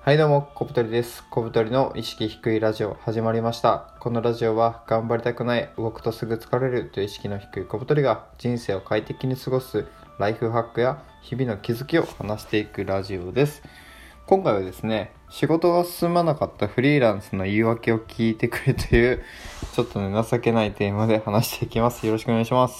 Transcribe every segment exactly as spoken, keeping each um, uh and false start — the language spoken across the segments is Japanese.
はいどうも、小太りです。小太りの意識低いラジオ始まりました。このラジオは頑張りたくない、動くとすぐ疲れるという意識の低い小太りが人生を快適に過ごすライフハックや日々の気づきを話していくラジオです。今回はですね、仕事が進まなかったフリーランスの言い訳を聞いてくれというちょっとね情けないテーマで話していきます。よろしくお願いします。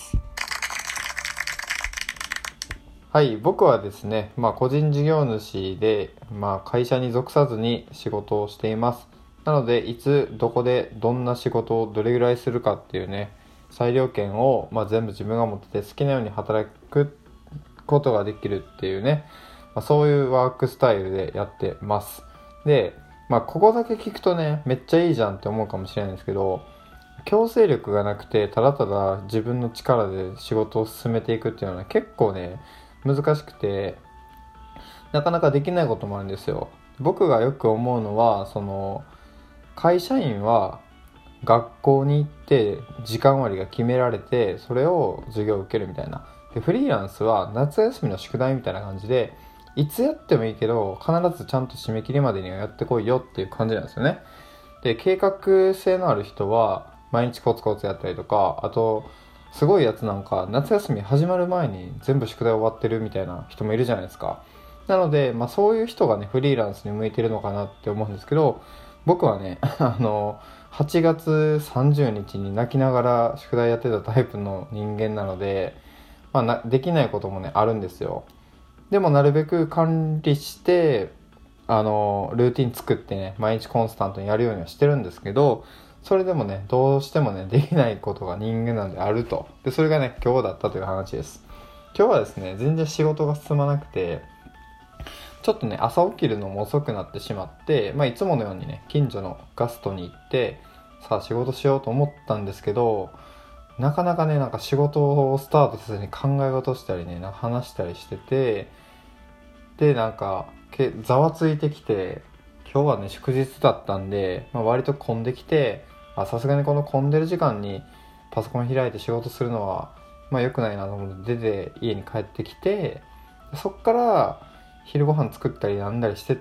はい、僕はですね、まあ、個人事業主で、まあ、会社に属さずに仕事をしています。なので、いつ、どこで、どんな仕事をどれぐらいするかっていうね、裁量権を、まあ、全部自分が持ってて好きなように働くことができるっていうね、まあ、そういうワークスタイルでやってます。で、まあ、ここだけ聞くとね、めっちゃいいじゃんって思うかもしれないんですけど、強制力がなくて、ただただ自分の力で仕事を進めていくっていうのは、ね、結構ね、難しくてなかなかできないこともあるんですよ。僕がよく思うのは、その会社員は学校に行って時間割が決められて、それを授業を受けるみたいな。でフリーランスは夏休みの宿題みたいな感じで、いつやってもいいけど必ずちゃんと締め切りまでにはやってこいよっていう感じなんですよね。で計画性のある人は毎日コツコツやったりとか、あとすごいやつなんか夏休み始まる前に全部宿題終わってるみたいな人もいるじゃないですか。なので、まあ、そういう人がねフリーランスに向いてるのかなって思うんですけど、僕はねあのはちがつさんじゅうにちに泣きながら宿題やってたタイプの人間なので、まあ、なできないこともねあるんですよ。でもなるべく管理してあのルーティン作ってね毎日コンスタントにやるようにはしてるんですけど、それでもねどうしてもねできないことが人間なんであると。でそれがね今日だったという話です。今日はですね全然仕事が進まなくて、ちょっとね朝起きるのも遅くなってしまって、まあ、いつものようにね近所のガストに行ってさあ仕事しようと思ったんですけど、なかなかねなんか仕事をスタートせずに考え事したりね話したりしてて、でなんかけざわついてきて、今日はね祝日だったんで、まあ、割と混んできて、さすがにこの混んでる時間にパソコン開いて仕事するのはまあ良くないなと思って出て家に帰ってきて、そっから昼ご飯作ったりなんだりしてって、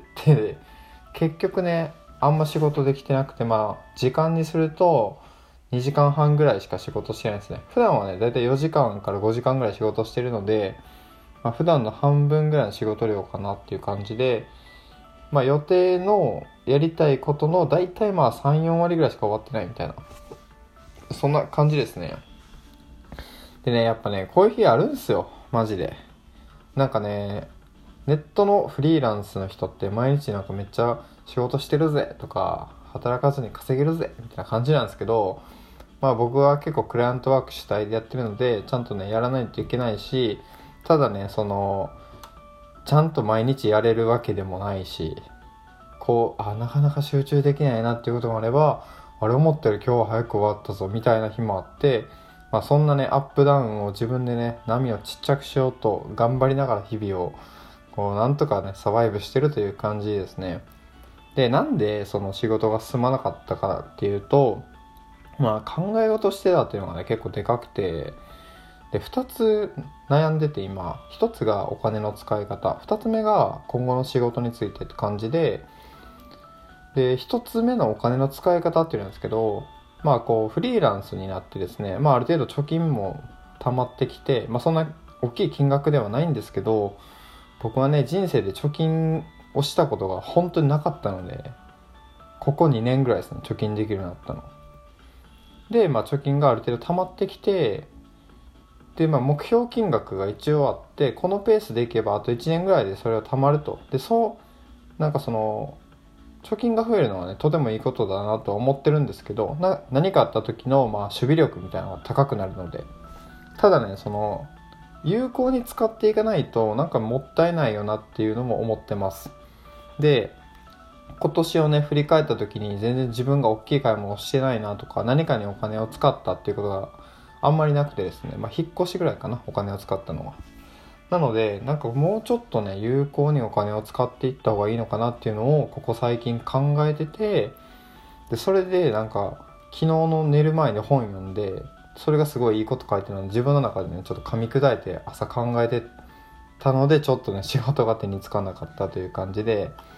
結局ねあんま仕事できてなくて、まあ時間にするとにじかんはんぐらいしか仕事してないですね。普段はねだいたいよじかんからごじかんぐらい仕事してるので、まあ、普段の半分ぐらいの仕事量かなっていう感じで、まあ、予定のやりたいことのだいたいまあさん、よんわりぐらいしか終わってないみたいな、そんな感じですね。でねやっぱねこういう日あるんすよマジで。なんかねネットのフリーランスの人って毎日なんかめっちゃ仕事してるぜとか働かずに稼げるぜみたいな感じなんですけど、まあ僕は結構クライアントワーク主体でやってるのでちゃんとねやらないといけないし、ただねそのちゃんと毎日やれるわけでもないし、こうあなかなか集中できないなっていうこともあれば、あれ思ったより今日は早く終わったぞみたいな日もあって、まあ、そんなねアップダウンを自分でね波をちっちゃくしようと頑張りながら日々をこうなんとかねサバイブしてるという感じですね。でなんでその仕事が進まなかったかっていうと、まあ考え事してたっていうのがね結構でかくて、でふたつ悩んでて、今ひとつがお金の使い方、ふたつめが今後の仕事についてって感じで、でひとつめのお金の使い方っていうんですけど、まあこうフリーランスになってですね、まあある程度貯金も溜まってきて、まあそんな大きい金額ではないんですけど、僕はね人生で貯金をしたことが本当になかったので、ここにねんぐらいですね貯金できるようになったので、まあ貯金がある程度溜まってきて、で、まあ、目標金額が一応あって、このペースでいけばあといちねんぐらいでそれは貯まると。でそうなんかその貯金が増えるのはねとてもいいことだなと思ってるんですけど、な何かあった時のまあ守備力みたいなのが高くなるので、ただねその有効に使っていかないとなんかもったいないよなっていうのも思ってます。で今年をね振り返った時に全然自分が大きい買い物をしてないなとか、何かにお金を使ったっていうことがあんまりなくてですね、まあ、引っ越しぐらいかなお金を使ったのは。なのでなんかもうちょっとね有効にお金を使っていった方がいいのかなっていうのをここ最近考えてて、でそれでなんか昨日の寝る前に本読んで、それがすごいいいこと書いてるので自分の中でねちょっと噛み砕いて朝考えてたので、ちょっとね仕事が手につかなかったという感じで、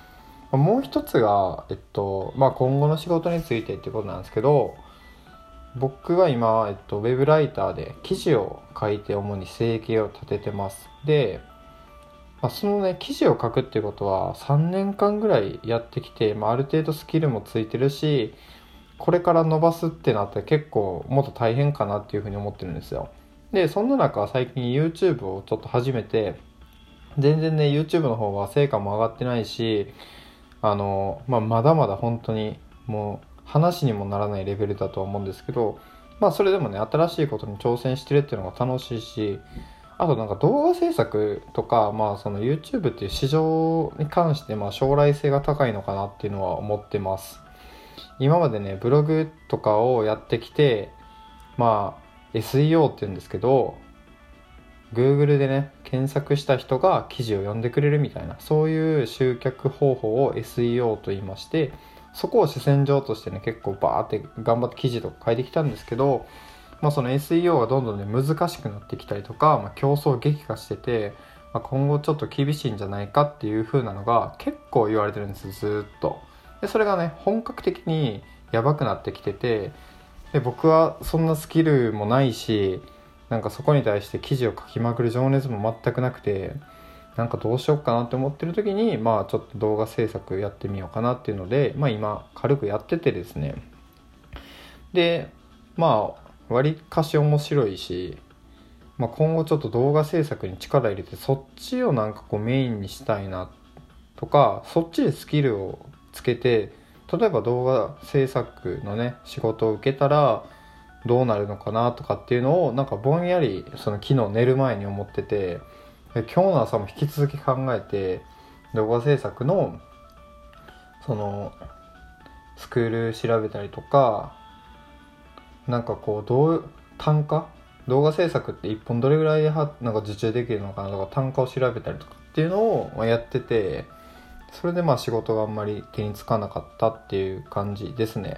もう一つが、えっとまあ、今後の仕事についてっていうことなんですけど、僕は今、えっと、ウェブライターで記事を書いて主に生計を立ててます。で、まあ、そのね記事を書くっていうことはさんねんかんぐらいやってきて、まあ、ある程度スキルもついてるし、これから伸ばすってなったら結構もっと大変かなっていうふうに思ってるんですよ。でそんな中最近 YouTube をちょっと始めて、全然ね YouTube の方は成果も上がってないし、あの、まあ、まだまだ本当にもう話にもならないレベルだとは思うんですけど、まあそれでもね新しいことに挑戦してるっていうのが楽しいし、あとなんか動画制作とか、まあその YouTube っていう市場に関してまあ将来性が高いのかなっていうのは思ってます。今までねブログとかをやってきて、まあ エスイーオー って言うんですけど、 Google でね検索した人が記事を読んでくれるみたいな、そういう集客方法を エスイーオー と言いまして、そこを主戦場としてね結構バーって頑張って記事とか書いてきたんですけど、まあ、その エスイーオー がどんどんね難しくなってきたりとか、まあ、競争激化してて、まあ、今後ちょっと厳しいんじゃないかっていう風なのが結構言われてるんです、ずーっと。でそれがね本格的にやばくなってきてて、で僕はそんなスキルもないし、なんかそこに対して記事を書きまくる情熱も全くなくて、なんかどうしようかなって思ってる時に、まあちょっと動画制作やってみようかなっていうので、まあ今軽くやっててですね。でまあ割かし面白いし、まあ、今後ちょっと動画制作に力入れてそっちをなんかこうメインにしたいなとか、そっちでスキルをつけて、例えば動画制作のね仕事を受けたらどうなるのかなとかっていうのをなんかぼんやりその昨日寝る前に思ってて、で今日の朝も引き続き考えて、動画制作のそのスクール調べたりとか、なんかこうどう単価、動画制作っていっぽんどれぐらいではなんか受注できるのかなとか単価を調べたりとかっていうのをやってて、それでまあ仕事があんまり手につかなかったっていう感じですね。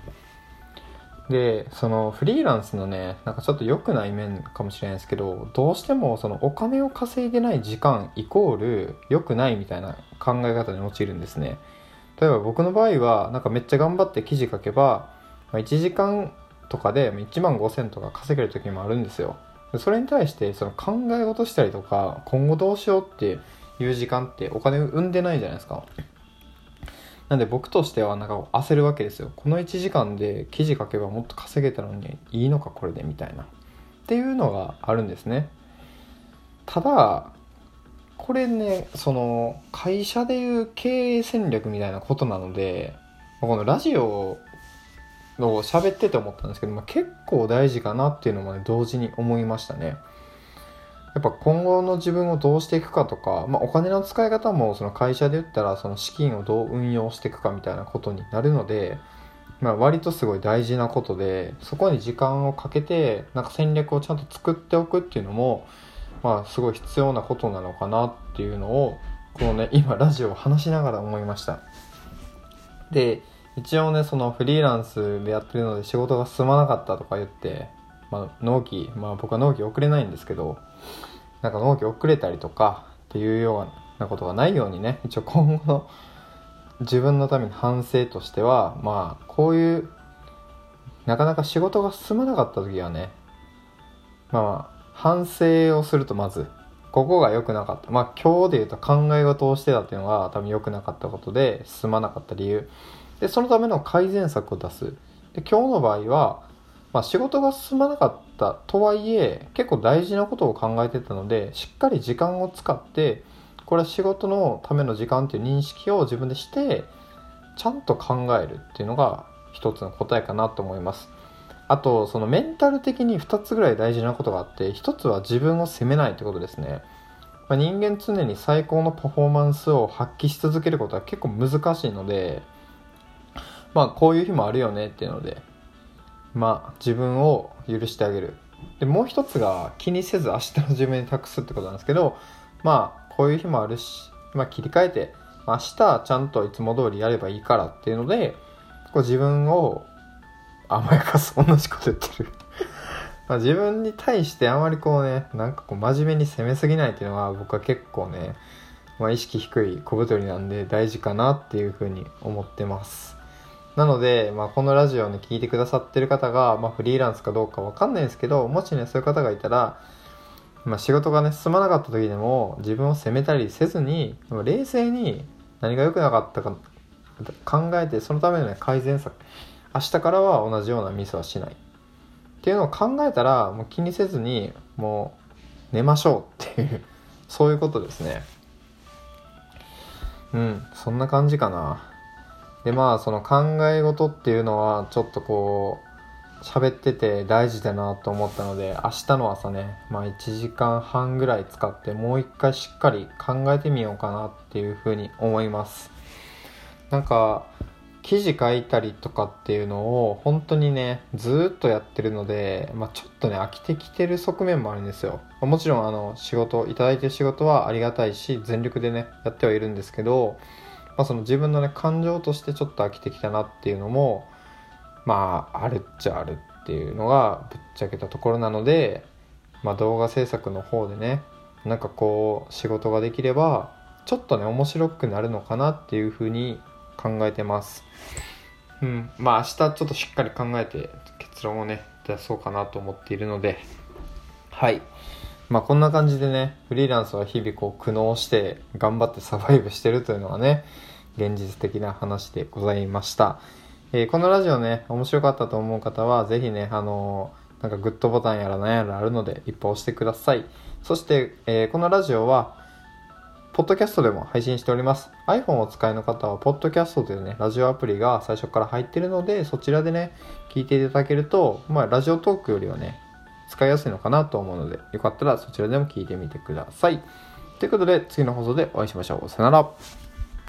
でそのフリーランスのねなんかちょっと良くない面かもしれないですけど、どうしてもそのお金を稼いでない時間イコール良くないみたいな考え方に陥るんですね。例えば僕の場合はなんかめっちゃ頑張って記事書けば、まあ、いちじかんとかでいちまんごせんとか稼げる時もあるんですよ。それに対してその考え事したりとか今後どうしようっていう時間ってお金生んでないじゃないですか。なんで僕としてはなんか焦るわけですよ。このいちじかんで記事書けばもっと稼げたのにいいのかこれでみたいなっていうのがあるんですね。ただこれねその会社でいう経営戦略みたいなことなので、このラジオを喋ってて思ったんですけど、まあ、結構大事かなっていうのもね同時に思いましたね。やっぱ今後の自分をどうしていくかとか、まあ、お金の使い方もその会社で言ったらその資金をどう運用していくかみたいなことになるので、まあ、割とすごい大事なことで、そこに時間をかけてなんか戦略をちゃんと作っておくっていうのも、まあ、すごい必要なことなのかなっていうのをこのね今ラジオを話しながら思いました。で一応ねそのフリーランスでやってるので仕事が進まなかったとか言って、まあ、納期まあ僕は納期遅れないんですけど、なんか納期遅れたりとかっていうようなことがないようにね、一応今後の自分のために反省としては、まあこういうなかなか仕事が進まなかった時はね、まあ反省をすると、まずここが良くなかった、まあ今日で言うと考え事をしてたっていうのが多分良くなかったことで進まなかった理由で、そのための改善策を出す。で今日の場合は、まあ、仕事が進まなかったとはいえ結構大事なことを考えてたので、しっかり時間を使ってこれは仕事のための時間っていう認識を自分でしてちゃんと考えるっていうのが一つの答えかなと思います。あとそのメンタル的にふたつぐらい大事なことがあって、ひとつは自分を責めないってことですね。まあ、人間常に最高のパフォーマンスを発揮し続けることは結構難しいので、まあこういう日もあるよねっていうので、まあ自分を許してあげる。でもう一つが気にせず明日の自分に託すってことなんですけど、まあこういう日もあるし、まあ切り替えて明日ちゃんといつも通りやればいいからっていうので、こう自分を甘やかす、同じこと言ってるまあ自分に対してあまりこうね、なんかこう真面目に責めすぎないっていうのは僕は結構ねまあ、意識低い小太りなんで大事かなっていうふうに思ってます。なので、まあ、このラジオをね聞いてくださってる方が、まあ、フリーランスかどうかわかんないんですけど、もしねそういう方がいたら、まあ、仕事がね進まなかった時でも自分を責めたりせずに、冷静に何が良くなかったか考えて、そのための、ね、改善策、明日からは同じようなミスはしないっていうのを考えたら、もう気にせずにもう寝ましょうっていうそういうことですね。うんそんな感じかな。でまあその考え事っていうのはちょっとこう喋ってて大事だなと思ったので、明日の朝ね、まあいちじかんはんぐらい使ってもう一回しっかり考えてみようかなっていうふうに思います。なんか記事書いたりとかっていうのを本当にねずーっとやってるので、まあ、ちょっとね飽きてきてる側面もあるんですよ。もちろんあの仕事いただいてる仕事はありがたいし全力でねやってはいるんですけど、まあ、その自分のね感情としてちょっと飽きてきたなっていうのもまああるっちゃあるっていうのがぶっちゃけたところなので、まあ、動画制作の方でねなんかこう仕事ができればちょっとね面白くなるのかなっていうふうに考えてます。うん、まあ明日ちょっとしっかり考えて結論をね出そうかなと思っているので、はい。まあこんな感じでね、フリーランスは日々こう苦悩して頑張ってサバイブしてるというのはね、現実的な話でございました。えー、このラジオね、面白かったと思う方はぜひね、あのー、なんかグッドボタンやら何やらあるのでいっぱい押してください。そして、えー、このラジオはポッドキャストでも配信しております。iPhone をお使いの方はポッドキャストというねラジオアプリが最初から入っているので、そちらでね聞いていただけると、まあラジオトークよりはね使いやすいのかなと思うので、よかったらそちらでも聞いてみてください。ということで次の放送でお会いしましょう。さよなら。